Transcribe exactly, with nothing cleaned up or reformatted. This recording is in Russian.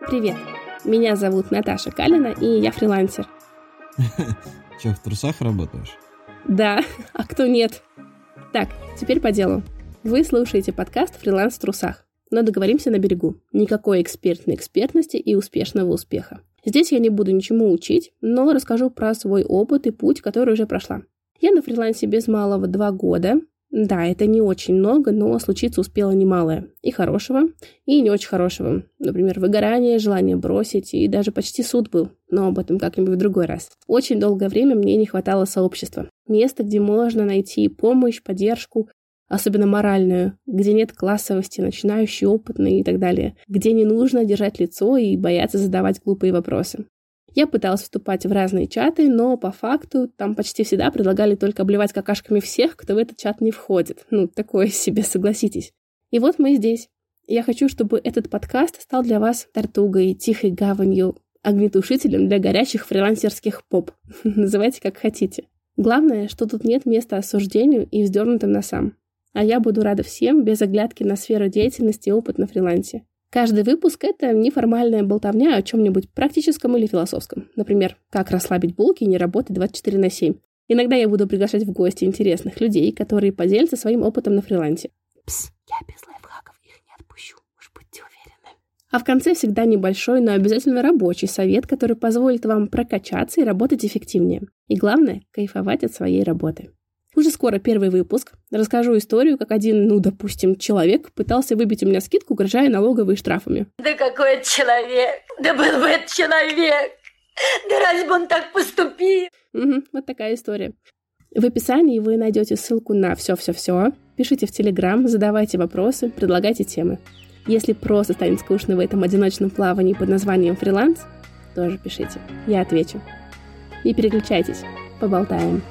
Привет, меня зовут Наташа Калина, и я фрилансер. Че, в трусах работаешь? Да, а кто нет? Так, теперь по делу. Вы слушаете подкаст «Фриланс в трусах», но договоримся на берегу. Никакой экспертной экспертности и успешного успеха. Здесь я не буду ничему учить, но расскажу про свой опыт и путь, который уже прошла. Я на фрилансе без малого два года. Да, это не очень много, но случиться успело немалое. И хорошего, и не очень хорошего. Например, выгорание, желание бросить, и даже почти суд был. Но об этом как-нибудь в другой раз. Очень долгое время мне не хватало сообщества. Места, где можно найти помощь, поддержку, особенно моральную, где нет классовости, начинающей, опытной и так далее, где не нужно держать лицо и бояться задавать глупые вопросы. Я пыталась вступать в разные чаты, но по факту там почти всегда предлагали только обливать какашками всех, кто в этот чат не входит. Ну, такое себе, согласитесь. И вот мы здесь. Я хочу, чтобы этот подкаст стал для вас тортугой, тихой гаванью, огнетушителем для горячих фрилансерских поп. Называйте как хотите. Главное, что тут нет места осуждению и вздернутым носам. А я буду рада всем, без оглядки на сферу деятельности и опыт на фрилансе. Каждый выпуск — это неформальная болтовня о чем-нибудь практическом или философском. Например, как расслабить булки и не работать двадцать четыре на семь. Иногда я буду приглашать в гости интересных людей, которые поделятся своим опытом на фрилансе. Пс, я без лайфхаков их не отпущу, уж будьте уверены. А в конце всегда небольшой, но обязательно рабочий совет, который позволит вам прокачаться и работать эффективнее. И главное — кайфовать от своей работы. Уже скоро первый выпуск. Расскажу историю, как один, ну, допустим, человек пытался выбить у меня скидку, угрожая налоговой штрафами. Да какой это человек? Да был бы это человек! Да разве бы он так поступил? Угу, вот такая история. В описании вы найдете ссылку на все-все-все. Пишите в Телеграм, задавайте вопросы, предлагайте темы. Если просто станет скучно в этом одиночном плавании под названием фриланс, тоже пишите. Я отвечу. Не переключайтесь, поболтаем.